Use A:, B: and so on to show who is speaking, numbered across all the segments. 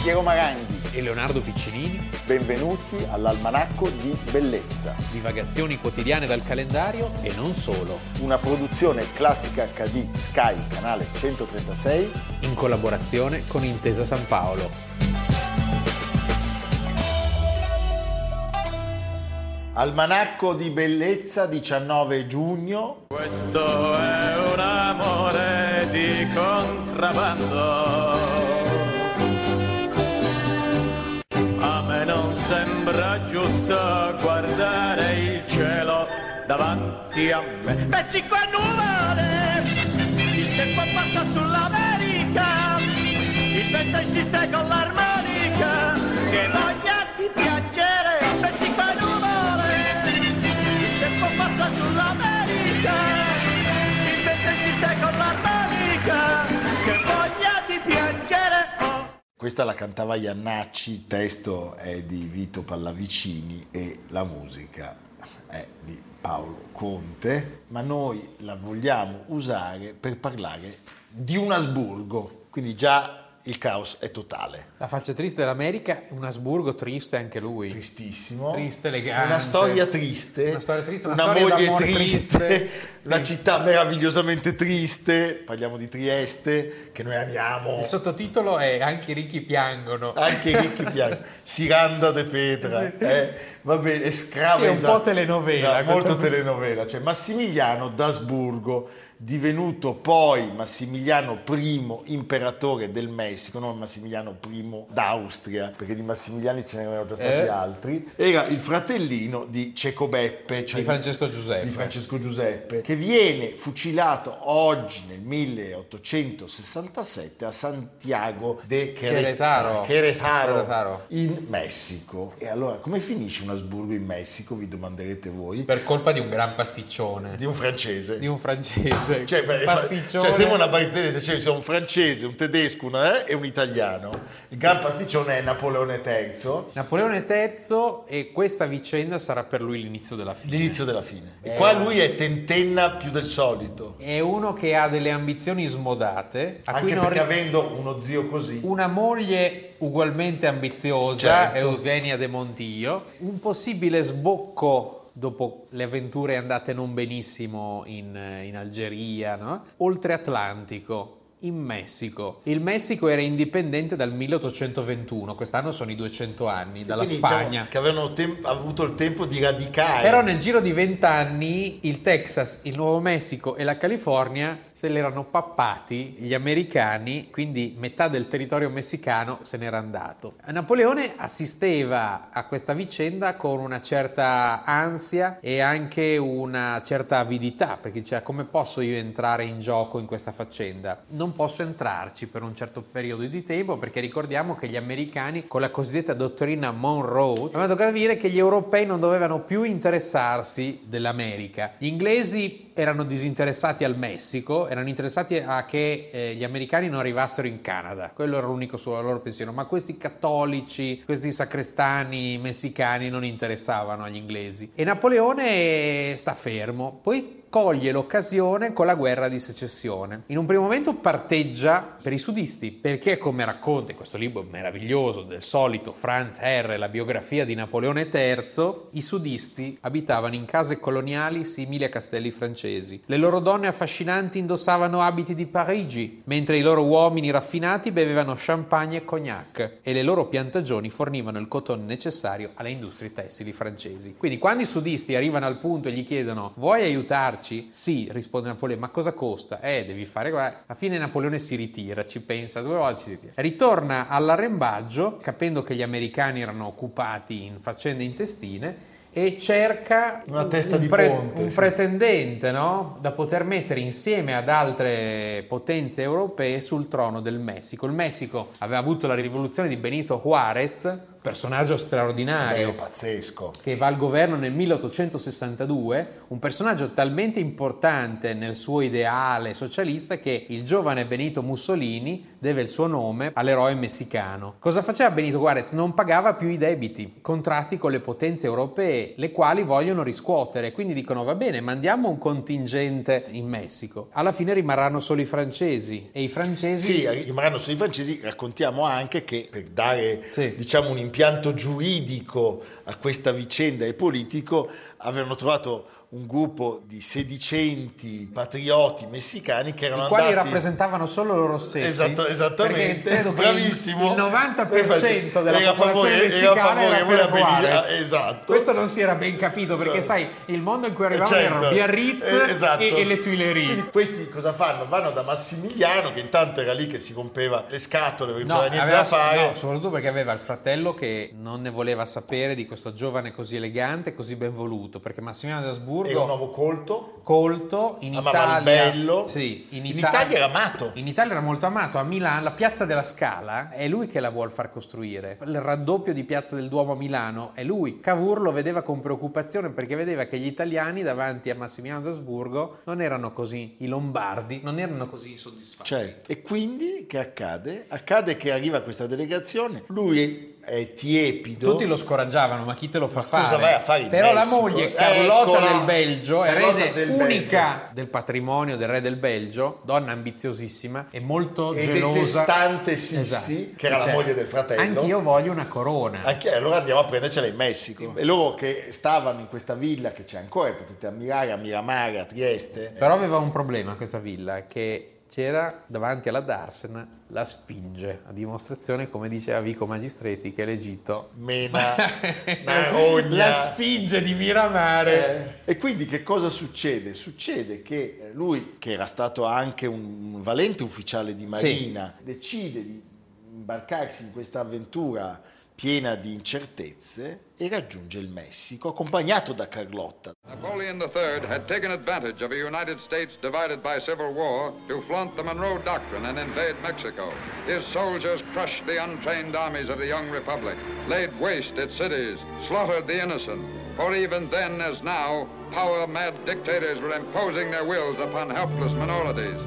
A: Piero Maranghi
B: e Leonardo Piccinini.
A: Benvenuti all'Almanacco di Bellezza.
B: Divagazioni quotidiane dal calendario e non solo.
A: Una produzione Classica HD Sky, canale 136.
B: In collaborazione con Intesa San Paolo.
A: Almanacco di Bellezza, 19 giugno.
C: Questo è un amore di contrabbando. A me non sembra giusto guardare il cielo davanti a me. Messico è nuvole, il tempo passa sull'America, il vento insiste con l'armonica, che voglia di piangere. Messico è nuvole, il tempo passa sull'America, il vento insiste con l'armonica, che voglia di piangere.
A: Questa la cantava Iannacci, il testo è di Vito Pallavicini e la musica è di Paolo Conte, ma noi la vogliamo usare per parlare di un Asburgo, quindi già il caos è totale.
B: La faccia triste dell'America, un Asburgo triste anche lui.
A: Tristissimo.
B: Triste, elegante.
A: Una storia triste.
B: Una storia triste,
A: una
B: storia
A: moglie
B: d'amore
A: triste. Una
B: Sì.
A: città meravigliosamente triste. Parliamo di Trieste, che noi amiamo.
B: Il sottotitolo è Anche i ricchi piangono.
A: Anche i ricchi piangono. Siranda de Petra. Va bene, è
B: Sì, è un po' telenovela.
A: No, molto telenovela. Cioè Massimiliano d'Asburgo, divenuto poi Massimiliano I, imperatore del Messico, non Massimiliano I d'Austria, perché di Massimiliani ce ne erano già stati altri, era il fratellino di Cecco Beppe, cioè
B: Di Francesco Giuseppe.
A: Di Francesco Giuseppe, che viene fucilato oggi nel 1867 a Santiago de Querétaro, in Messico. E allora, come finisce un Asburgo in Messico, vi domanderete voi?
B: Per colpa di un gran pasticcione.
A: Di un francese.
B: Cioè, pasticcione.
A: Cioè sembra una barzelletta, cioè c'è un francese, un tedesco e un italiano. Il gran pasticcione è Napoleone III.
B: Napoleone III, e questa vicenda sarà per lui l'inizio della fine.
A: L'inizio della fine. E qua lui è tentenna più del solito.
B: È uno che ha delle ambizioni smodate.
A: Anche perché avendo uno zio così.
B: Una moglie ugualmente ambiziosa,
A: certo.
B: Eugenia de Montijo. Un possibile sbocco dopo le avventure andate non benissimo in Algeria, no? Oltre Atlantico, in Messico. Il Messico era indipendente dal 1821, quest'anno sono i 200 anni dalla Spagna.
A: Diciamo che avevano avuto il tempo di radicare.
B: Però nel giro di 20 anni il Texas, il Nuovo Messico e la California se l'erano pappati gli americani, quindi metà del territorio messicano se n'era andato. Napoleone assisteva a questa vicenda con una certa ansia e anche una certa avidità, perché diceva: come posso io entrare in gioco in questa faccenda? Non posso entrarci per un certo periodo di tempo, perché ricordiamo che gli americani, con la cosiddetta dottrina Monroe, avevano capire che gli europei non dovevano più interessarsi dell'America. Gli inglesi erano disinteressati al Messico, erano interessati a che gli americani non arrivassero in Canada. Quello era l'unico suo loro pensiero, ma questi cattolici, questi sacrestani messicani non interessavano agli inglesi. E Napoleone sta fermo, poi coglie l'occasione con la guerra di secessione. In un primo momento parteggia per i sudisti, perché, come racconta in questo libro meraviglioso del solito Franz R., la biografia di Napoleone III, i sudisti abitavano in case coloniali simili a castelli francesi. Le loro donne affascinanti indossavano abiti di Parigi, mentre i loro uomini raffinati bevevano champagne e cognac, e le loro piantagioni fornivano il cotone necessario alle industrie tessili francesi. Quindi quando i sudisti arrivano al punto e gli chiedono: vuoi aiutarci? Sì, risponde Napoleone, ma cosa costa? Devi fare qua. Alla fine Napoleone si ritira, ci pensa 2 volte, si ritira. Ritorna all'arrembaggio, capendo che gli americani erano occupati in faccende intestine, e cerca
A: una testa di ponte,
B: un pretendente, no? Da poter mettere insieme ad altre potenze europee sul trono del Messico. Il Messico aveva avuto la rivoluzione di Benito Juárez, personaggio straordinario,
A: pazzesco.
B: che va al governo nel 1862, un personaggio talmente importante nel suo ideale socialista che il giovane Benito Mussolini deve il suo nome all'eroe messicano. Cosa faceva Benito Juarez? Non pagava più i debiti contratti con le potenze europee, le quali vogliono riscuotere, quindi dicono va bene, mandiamo un contingente in Messico. Alla fine rimarranno solo i francesi, e i francesi...
A: Sì, rimarranno solo i francesi. Raccontiamo anche che, per dare
B: Sì.
A: diciamo un impianto giuridico a questa vicenda e politico, avevano trovato un gruppo di sedicenti patrioti messicani che erano
B: i quali
A: andati...
B: rappresentavano solo loro stessi.
A: Esattamente,
B: perché credo che
A: bravissimo.
B: il 90% della popolazione
A: era
B: messicana era
A: favorevole
B: per Juarez.
A: esatto.
B: Questo non si era ben capito, perché sai, il mondo in cui arrivavano
A: Certo.
B: erano Biarritz
A: Esatto.
B: e le Tuileries.
A: Quindi questi cosa fanno? Vanno da Massimiliano, che intanto era lì che si rompeva le scatole perché non c'era niente da fare.
B: No, soprattutto perché aveva il fratello che non ne voleva sapere di questo giovane così elegante, così ben voluto, perché Massimiliano d'Asburgo
A: Era un uomo colto,
B: in
A: amava il
B: Italia,
A: bello.
B: sì,
A: In Italia era amato.
B: In Italia era molto amato. A Milano, la Piazza della Scala è lui che la vuol far costruire. Il raddoppio di Piazza del Duomo a Milano è lui. Cavour lo vedeva con preoccupazione perché vedeva che gli italiani davanti a Massimiliano d'Asburgo non erano così, i lombardi non erano così soddisfatti.
A: Certo. E quindi che accade? Accade che arriva questa delegazione, lui è tiepido.
B: Tutti lo scoraggiavano, ma chi te lo fa fare?
A: Cosa vai a fare in
B: Però
A: Messico?
B: la moglie Carlotta
A: Eccola.
B: del Belgio,
A: Carlotta
B: erede
A: del
B: unica
A: Belgio.
B: del patrimonio del re del Belgio, donna ambiziosissima e molto
A: E
B: gelosa.
A: detestante Sissi,
B: Esatto.
A: che era la
B: Cioè,
A: moglie del fratello.
B: Anch'io voglio una corona.
A: Anche allora andiamo a prendercela in Messico. E loro che stavano in questa villa che c'è ancora, potete ammirare a Miramare, a Trieste.
B: Però aveva un problema questa villa, che c'era davanti alla Darsena la Sfinge, a dimostrazione, come diceva Vico Magistreti, che l'Egitto
A: Mena, Narogna.
B: la Sfinge di Miramare.
A: E quindi che cosa succede? Succede che lui, che era stato anche un valente ufficiale di marina, decide di imbarcarsi in questa avventura piena di incertezze e raggiunge il Messico, accompagnato da Carlotta.
D: Napoleon III had taken advantage of a United States divided by civil war to flaunt the Monroe Doctrine and invade Mexico. His soldiers crushed the untrained armies of the young republic, laid waste its cities, slaughtered the innocent. For even then, as now, power-mad dictators were imposing their wills upon helpless minorities.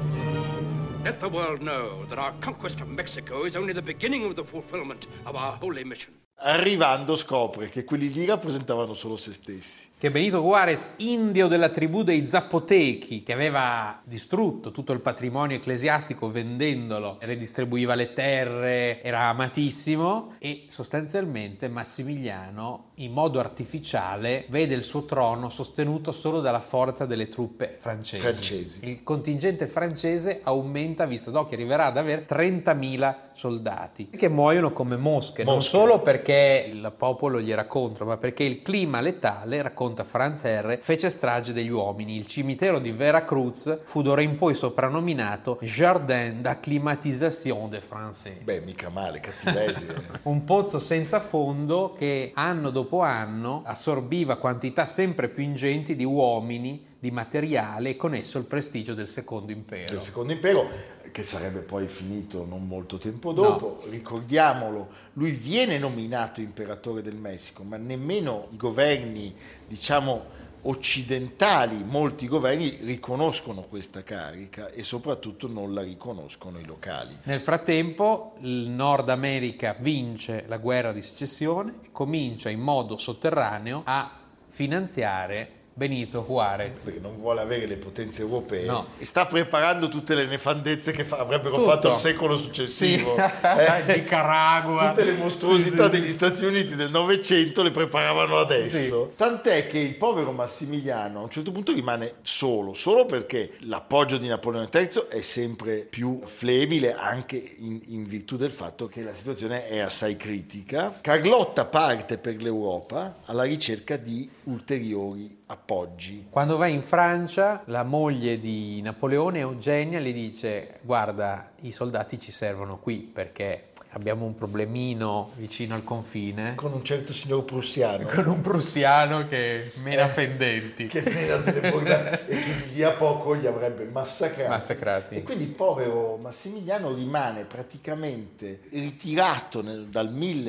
E: Let the world know that our conquest of Mexico is only the beginning of the fulfillment of our holy mission.
A: Arrivando scopre che quelli lì rappresentavano solo se stessi.
B: Che Benito Juarez, indio della tribù dei Zapotechi, che aveva distrutto tutto il patrimonio ecclesiastico vendendolo, redistribuiva le terre, era amatissimo, e sostanzialmente Massimiliano, in modo artificiale, vede il suo trono sostenuto solo dalla forza delle truppe francesi. Il contingente francese aumenta a vista d'occhio, arriverà ad avere 30.000 soldati che muoiono come mosche, non solo perché il popolo gli era contro, ma perché il clima letale, racconta Franz R., fece strage degli uomini. Il cimitero di Veracruz fu d'ora in poi soprannominato Jardin d'acclimatisation des Français.
A: Beh, mica male, cattiveria.
B: Un pozzo senza fondo che anno dopo anno assorbiva quantità sempre più ingenti di uomini, di materiale e con esso il prestigio del Secondo Impero.
A: Il Secondo Impero, che sarebbe poi finito non molto tempo dopo, no. Ricordiamolo, lui viene nominato imperatore del Messico, ma nemmeno i governi, diciamo, occidentali, molti governi riconoscono questa carica e soprattutto non la riconoscono i locali.
B: Nel frattempo il Nord America vince la guerra di secessione e comincia in modo sotterraneo a finanziare Benito Juarez,
A: perché non vuole avere le potenze europee,
B: no.
A: E sta preparando tutte le nefandezze che avrebbero
B: Tutto.
A: fatto il secolo successivo.
B: Sì. Nicaragua,
A: tutte le mostruosità
B: sì.
A: degli Stati Uniti del Novecento le preparavano adesso.
B: Sì.
A: Tant'è che il povero Massimiliano a un certo punto rimane solo perché l'appoggio di Napoleone III è sempre più flebile, anche in virtù del fatto che la situazione è assai critica. Carlotta parte per l'Europa alla ricerca di ulteriori appoggi.
B: Quando va in Francia, la moglie di Napoleone, Eugenia, gli dice: guarda, i soldati ci servono qui perché abbiamo un problemino vicino al confine
A: Con un certo signor prussiano.
B: con un prussiano che mena fendenti.
A: Che mena delle borgate e che di lì a poco li avrebbe massacrati. E quindi il povero Massimiliano rimane praticamente ritirato dal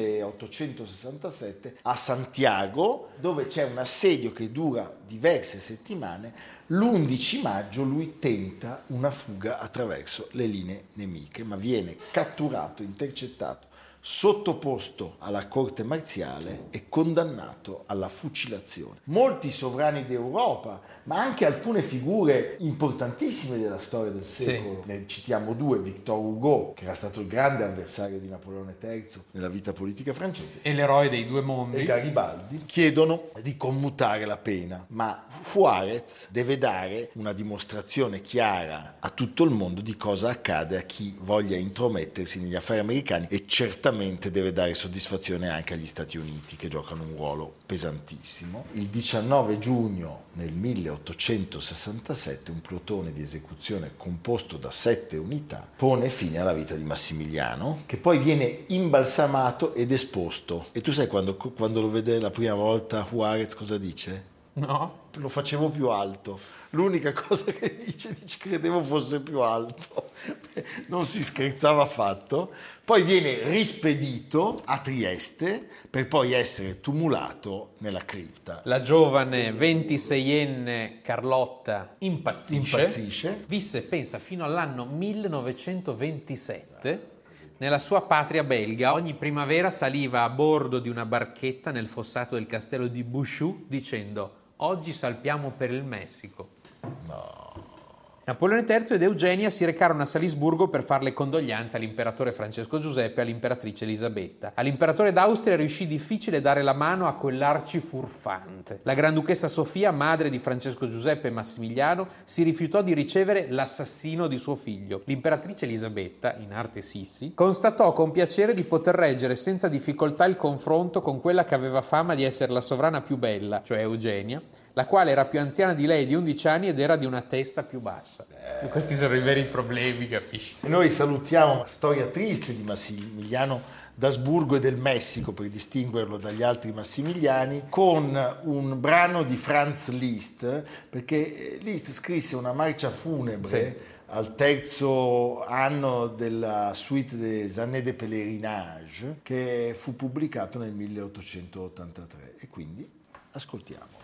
A: 1867 a Santiago, dove c'è un assedio che dura diverse settimane. L'11 maggio lui tenta una fuga attraverso le linee nemiche, ma viene catturato, intercettato, sottoposto alla corte marziale e condannato alla fucilazione. Molti sovrani d'Europa, ma anche alcune figure importantissime della storia del secolo, ne citiamo due: Victor Hugo, che era stato il grande avversario di Napoleone III nella vita politica francese,
B: E l'eroe dei due mondi.
A: e Garibaldi, chiedono di commutare la pena, ma Juarez deve dare una dimostrazione chiara a tutto il mondo di cosa accade a chi voglia intromettersi negli affari americani, e certamente deve dare soddisfazione anche agli Stati Uniti, che giocano un ruolo pesantissimo. Il 19 giugno nel 1867 un plotone di esecuzione composto da 7 unità pone fine alla vita di Massimiliano, che poi viene imbalsamato ed esposto. E tu sai quando lo vede la prima volta Juarez cosa dice?
B: No?
A: Lo facevo più alto. L'unica cosa che dice credevo fosse più alto. Non si scherzava affatto. Poi viene rispedito a Trieste per poi essere tumulato nella cripta.
B: La giovane 26enne Carlotta impazzisce. Visse, pensa, fino all'anno 1927 nella sua patria belga. Ogni primavera saliva a bordo di una barchetta nel fossato del castello di Bouchoux dicendo: oggi salpiamo per il Messico.
A: No.
B: Napoleone III ed Eugenia si recarono a Salisburgo per fare le condoglianze all'imperatore Francesco Giuseppe e all'imperatrice Elisabetta. All'imperatore d'Austria riuscì difficile dare la mano a quell'arcifurfante. La Granduchessa Sofia, madre di Francesco Giuseppe e Massimiliano, si rifiutò di ricevere l'assassino di suo figlio. L'imperatrice Elisabetta, in arte Sissi, constatò con piacere di poter reggere senza difficoltà il confronto con quella che aveva fama di essere la sovrana più bella, cioè Eugenia, la quale era più anziana di lei di 11 anni ed era di una testa più bassa. Questi sono i veri problemi, capisci?
A: E noi salutiamo la storia triste di Massimiliano d'Asburgo e del Messico, per distinguerlo dagli altri Massimiliani, con un brano di Franz Liszt, perché Liszt scrisse una marcia funebre al terzo anno della suite des Années de Pèlerinage, che fu pubblicato nel 1883, e quindi ascoltiamo.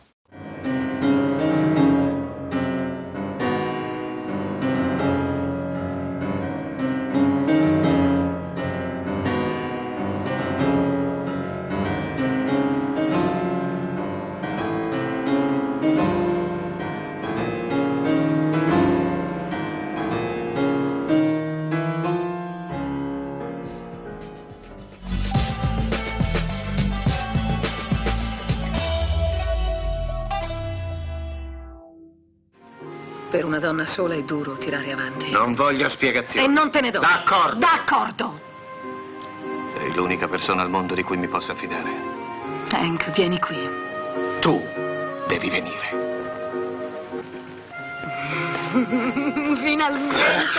F: Per una donna sola è duro tirare avanti.
G: Non voglio spiegazioni.
F: E non te ne do.
G: D'accordo.
F: D'accordo.
G: Sei l'unica persona al mondo di cui mi possa fidare.
F: Hank, vieni qui.
G: Tu devi venire.
F: Finalmente.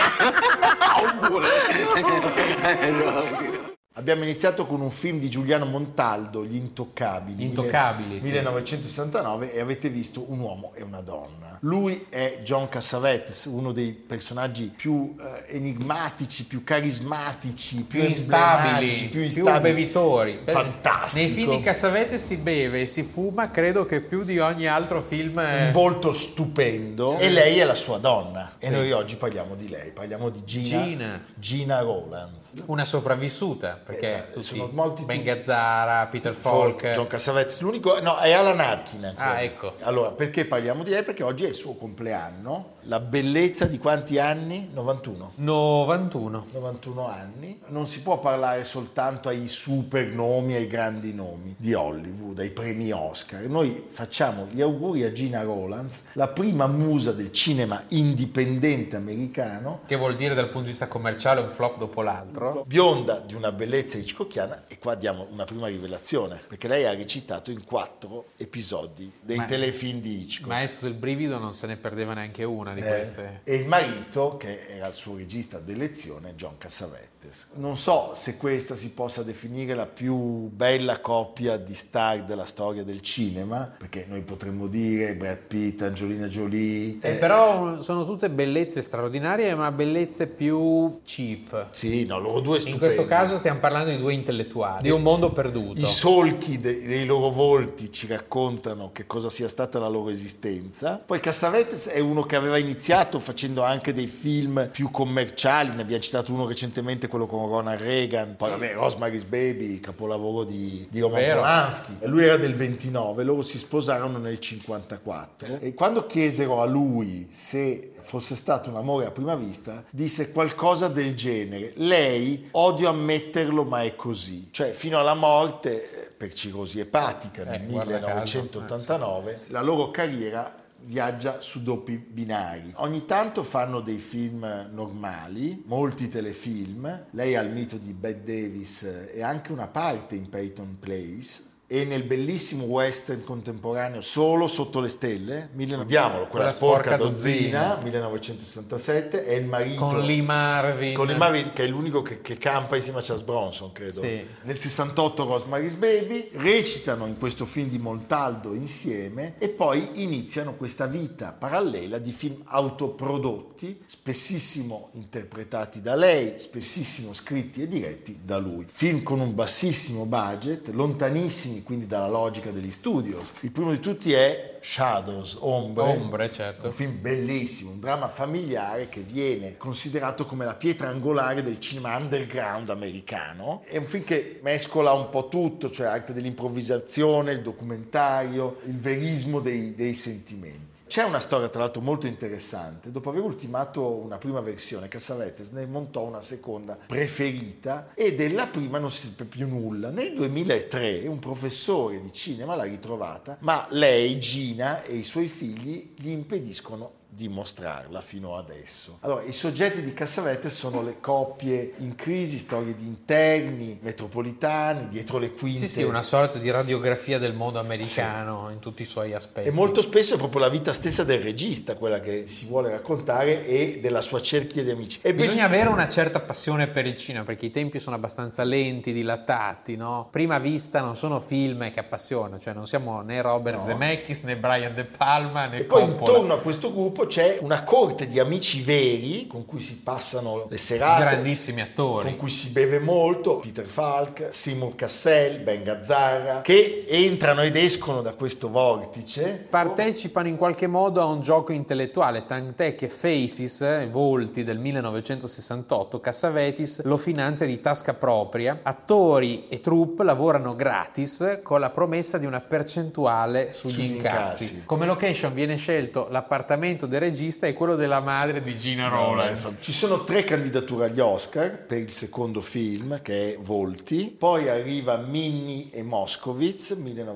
A: Abbiamo iniziato con un film di Giuliano Montaldo, Gli Intoccabili. 1969, e avete visto Un uomo e una donna. Lui è John Cassavetes, uno dei personaggi più enigmatici, più carismatici, più
B: instabili, più bevitori.
A: Fantastico.
B: Nei film di Cassavetes si beve e si fuma, credo che più di ogni altro film.
A: Un volto stupendo, e lei è la sua donna. E noi oggi parliamo di lei, parliamo di Gina Rowlands.
B: Una sopravvissuta, perché
A: sono molti
B: Ben Gazzara, Peter Falk,
A: John Cassavetes, l'unico è Alan Arkin.
B: Ecco.
A: Allora, perché parliamo di lei? Perché oggi è il suo compleanno. La bellezza di quanti anni? 91 anni. Non si può parlare soltanto ai super nomi, ai grandi nomi di Hollywood, ai premi Oscar. Noi facciamo gli auguri a Gina Rowlands, la prima musa del cinema indipendente americano.
B: Che vuol dire dal punto di vista commerciale un flop dopo l'altro.
A: Bionda, di una bellezza bellezza hitchcockiana, e qua diamo una prima rivelazione, perché lei ha recitato in 4 episodi dei telefilm di Hitchcock.
B: Maestro del brivido non se ne perdeva neanche una di queste.
A: E il marito, che era il suo regista d'elezione, John Cassavetes. Non so se questa si possa definire la più bella coppia di star della storia del cinema, perché noi potremmo dire Brad Pitt, Angelina Jolie.
B: Però sono tutte bellezze straordinarie, ma bellezze più cheap.
A: Sì, no, loro due stupendi.
B: In questo caso stiamo parlando di due intellettuali, di un mondo perduto.
A: I solchi dei loro volti ci raccontano che cosa sia stata la loro esistenza. Poi Cassavetes è uno che aveva iniziato facendo anche dei film più commerciali, ne abbiamo citato uno recentemente, quello con Ronald Reagan, poi vabbè, Rosemary's Baby, capolavoro di Roman Polanski. Lui era del 29, loro si sposarono nel 54 e quando chiesero a lui se fosse stato un amore a prima vista, disse qualcosa del genere: lei, odio ammetterlo ma è così, cioè fino alla morte per cirrosi epatica nel 1989 la loro carriera viaggia su doppi binari. Ogni tanto fanno dei film normali, molti telefilm. Lei ha il mito di Bette Davis e anche una parte in Peyton Place, e nel bellissimo western contemporaneo Solo sotto le stelle, vediamolo, quella sporca dozzina, 1967, è il marito
B: con Lee Marvin,
A: che è l'unico che campa insieme a Charles Bronson, credo.
B: Sì.
A: Nel 68 Rosemary's Baby, recitano in questo film di Montaldo insieme e poi iniziano questa vita parallela di film autoprodotti, spessissimo interpretati da lei, spessissimo scritti e diretti da lui. Film con un bassissimo budget, lontanissimi quindi dalla logica degli studios. Il primo di tutti è Shadows, Ombre,
B: certo.
A: Un film bellissimo, un dramma familiare che viene considerato come la pietra angolare del cinema underground americano. È un film che mescola un po' tutto, cioè arte dell'improvvisazione, il documentario, il verismo dei sentimenti. C'è una storia tra l'altro molto interessante. Dopo aver ultimato una prima versione, Cassavetes ne montò una seconda preferita e della prima non si seppe più nulla. Nel 2003 un professore di cinema l'ha ritrovata, ma lei, Gina, e i suoi figli gli impediscono di mostrarla fino adesso. Allora, i soggetti di Cassavetes sono le coppie in crisi, storie di interni, metropolitani, dietro le quinte.
B: Sì, una sorta di radiografia del mondo americano in tutti i suoi aspetti.
A: E molto spesso è proprio la vita stessa del regista quella che si vuole raccontare e della sua cerchia di amici. E
B: bisogna avere una certa passione per il cinema, perché i tempi sono abbastanza lenti, dilatati, no? Prima vista non sono film che appassionano, cioè non siamo né Robert Zemeckis né Brian De Palma né
A: Coppola. Poi intorno a questo gruppo c'è una corte di amici veri con cui si passano le serate,
B: grandissimi attori,
A: con cui si beve molto, Peter Falk, Simon Cassell, Ben Gazzara, che entrano ed escono da questo vortice,
B: partecipano in qualche modo a un gioco intellettuale, tant'è che Faces, Volti del 1968, Cassavetes lo finanzia di tasca propria. Attori e troupe lavorano gratis con la promessa di una percentuale sugli incassi. Come location viene scelto l'appartamento del regista e quello della madre di Gina Rowlands.
A: Ci sono 3 candidature agli Oscar per il secondo film, che è Volti, poi arriva Minnie e Moskowitz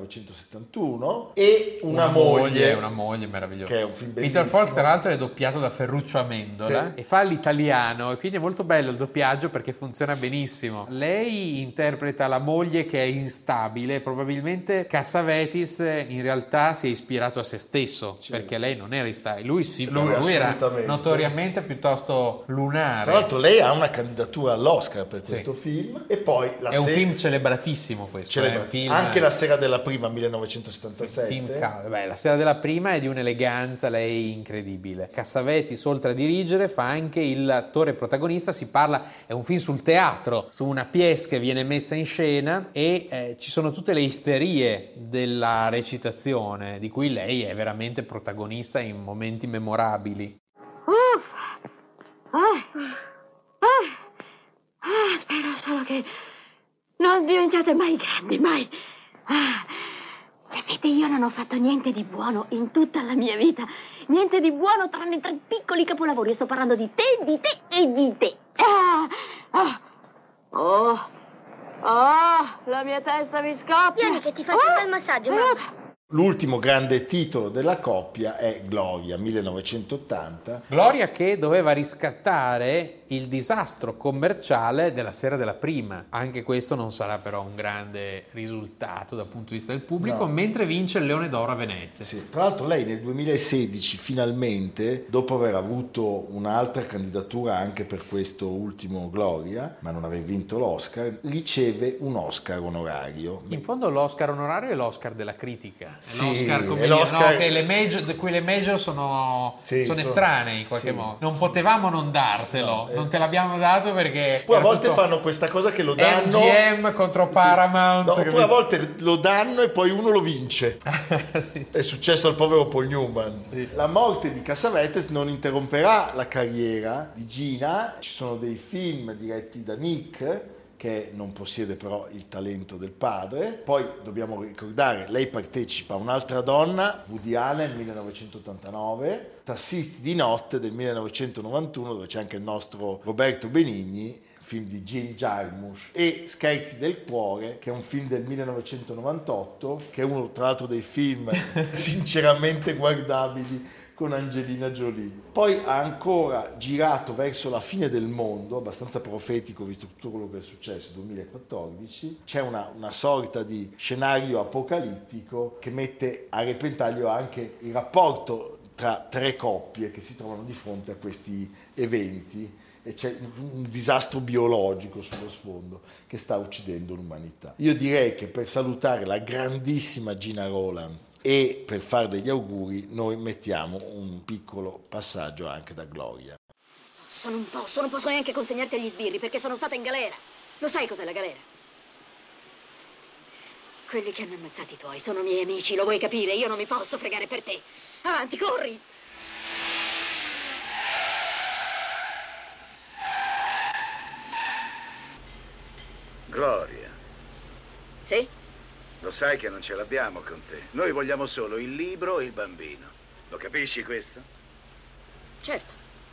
A: 1971 e Una moglie
B: meravigliosa,
A: che è un film bellissimo.
B: Peter Falk tra l'altro è doppiato da Ferruccio Amendola e fa l'italiano, e quindi è molto bello il doppiaggio perché funziona benissimo. Lei interpreta la moglie che è instabile, probabilmente Cassavetes in realtà si è ispirato a se stesso, perché lei non era instabile, lui era notoriamente piuttosto lunare.
A: Tra l'altro lei ha una candidatura all'Oscar per questo film, e poi
B: è un film celebratissimo questo,
A: anche La sera della prima 1977.
B: La sera della prima è di un'eleganza, lei incredibile. Cassavetes oltre a dirigere fa anche l'attore protagonista, è un film sul teatro, su una pièce che viene messa in scena e ci sono tutte le isterie della recitazione di cui lei è veramente protagonista in momenti memorabili.
H: Spero solo che non diventiate mai grandi, mai. Sapete, io non ho fatto niente di buono in tutta la mia vita. Niente di buono tranne 3 piccoli capolavori. Sto parlando di te e di te. La mia testa mi scoppia.
I: Vieni che ti faccio un bel massaggio, mamma.
A: L'ultimo grande titolo della coppia è Gloria, 1980.
B: Gloria che doveva riscattare il disastro commerciale della sera della prima. Anche questo non sarà però un grande risultato dal punto di vista del pubblico, mentre vince il Leone d'Oro a Venezia.
A: Sì. Tra l'altro lei nel 2016 finalmente, dopo aver avuto un'altra candidatura anche per questo ultimo Gloria, ma non aver vinto l'Oscar, riceve un Oscar onorario.
B: In fondo l'Oscar onorario è l'Oscar della critica.
A: Sì,
B: L'Oscar come
A: è l'Oscar...
B: no, che le major sono estranei in qualche modo. Non potevamo non dartelo, non te l'abbiamo dato perché
A: poi a volte fanno questa cosa che lo danno
B: MGM contro Paramount,
A: poi a volte lo danno e poi uno lo vince.
B: Sì.
A: È successo al povero Paul Newman.
B: Sì.
A: La morte di Cassavetes non interromperà la carriera di Gina. Ci sono dei film diretti da Nick, che non possiede però il talento del padre. Poi dobbiamo ricordare, lei partecipa a Un'altra donna, Woody Allen, 1989, Tassisti di notte del 1991, dove c'è anche il nostro Roberto Benigni, film di Jim Jarmusch, e Scherzi del cuore, che è un film del 1998, che è uno tra l'altro dei film sinceramente guardabili con Angelina Jolie. Poi ha ancora girato Verso la fine del mondo, abbastanza profetico visto tutto quello che è successo nel 2014. C'è una sorta di scenario apocalittico che mette a repentaglio anche il rapporto tra tre coppie che si trovano di fronte a questi eventi, e c'è un disastro biologico sullo sfondo che sta uccidendo l'umanità. Io direi che per salutare la grandissima Gina Rowlands e per fare degli auguri noi mettiamo un piccolo passaggio anche da Gloria.
H: Non posso neanche consegnarti agli sbirri perché sono stata in galera. Lo sai cos'è la galera? Quelli che hanno ammazzato i tuoi sono miei amici, lo vuoi capire? Io non mi posso fregare per te. Avanti, corri!
I: Gloria.
H: Sì?
I: Lo sai che non ce l'abbiamo con te. Noi vogliamo solo il libro e il bambino. Lo capisci questo?
H: Certo.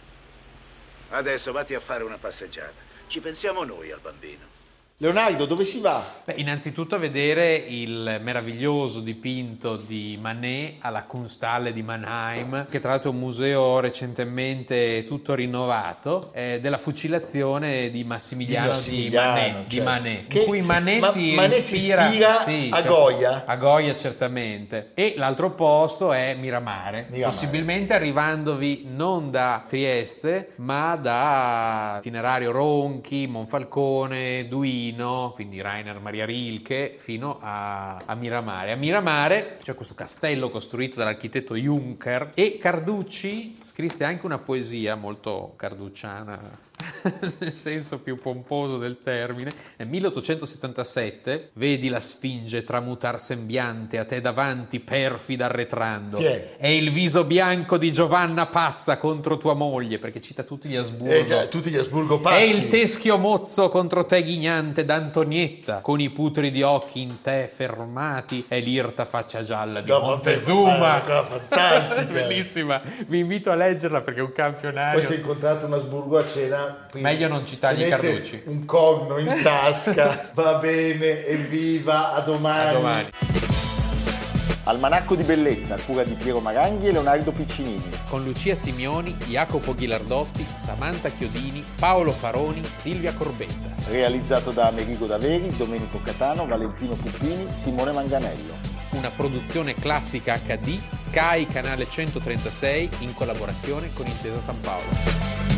I: Adesso vatti a fare una passeggiata. Ci pensiamo noi al bambino.
A: Leonardo, dove si va?
B: Beh, innanzitutto a vedere il meraviglioso dipinto di Manet alla Kunsthalle di Mannheim, che tra l'altro è un museo recentemente tutto rinnovato, della fucilazione di Massimiliano di Manet,
A: certo.
B: Manet, in cui Manet si ispira
A: a Goya.
B: A Goya certamente. E l'altro posto è Miramare, possibilmente arrivandovi non da Trieste, ma da Itinerario Ronchi, Monfalcone, Duino, quindi Rainer Maria Rilke, fino a Miramare. A Miramare c'è questo castello costruito dall'architetto Juncker, e Carducci scrisse anche una poesia molto carducciana nel senso più pomposo del termine. Nel 1877 vedi la Sfinge tramutar sembiante a te davanti perfida arretrando. È il viso bianco di Giovanna pazza contro tua moglie, perché cita tutti gli Asburgo.
A: Tutti gli Asburgo pazzi.
B: È il teschio mozzo contro te ghignante d'Antonietta, con i putridi occhi in te fermati, è l'irta faccia gialla di Montezuma.
A: Fantastica.
B: Bellissima, vi invito a leggerla perché è un campionario.
A: Poi se incontrate un Asburgo a cena,
B: meglio non citargli Carducci.
A: Un corno in tasca. Va bene, evviva, a domani. Almanacco di bellezza a cura di Piero Maranghi e Leonardo Piccinini,
B: con Lucia Simioni, Jacopo Ghilardotti, Samantha Chiodini, Paolo Faroni, Silvia Corbetta.
A: Realizzato da Amerigo Daveri, Domenico Catano, Valentino Puppini, Simone Manganello.
B: Una produzione Classica HD, Sky Canale 136, in collaborazione con Intesa San Paolo.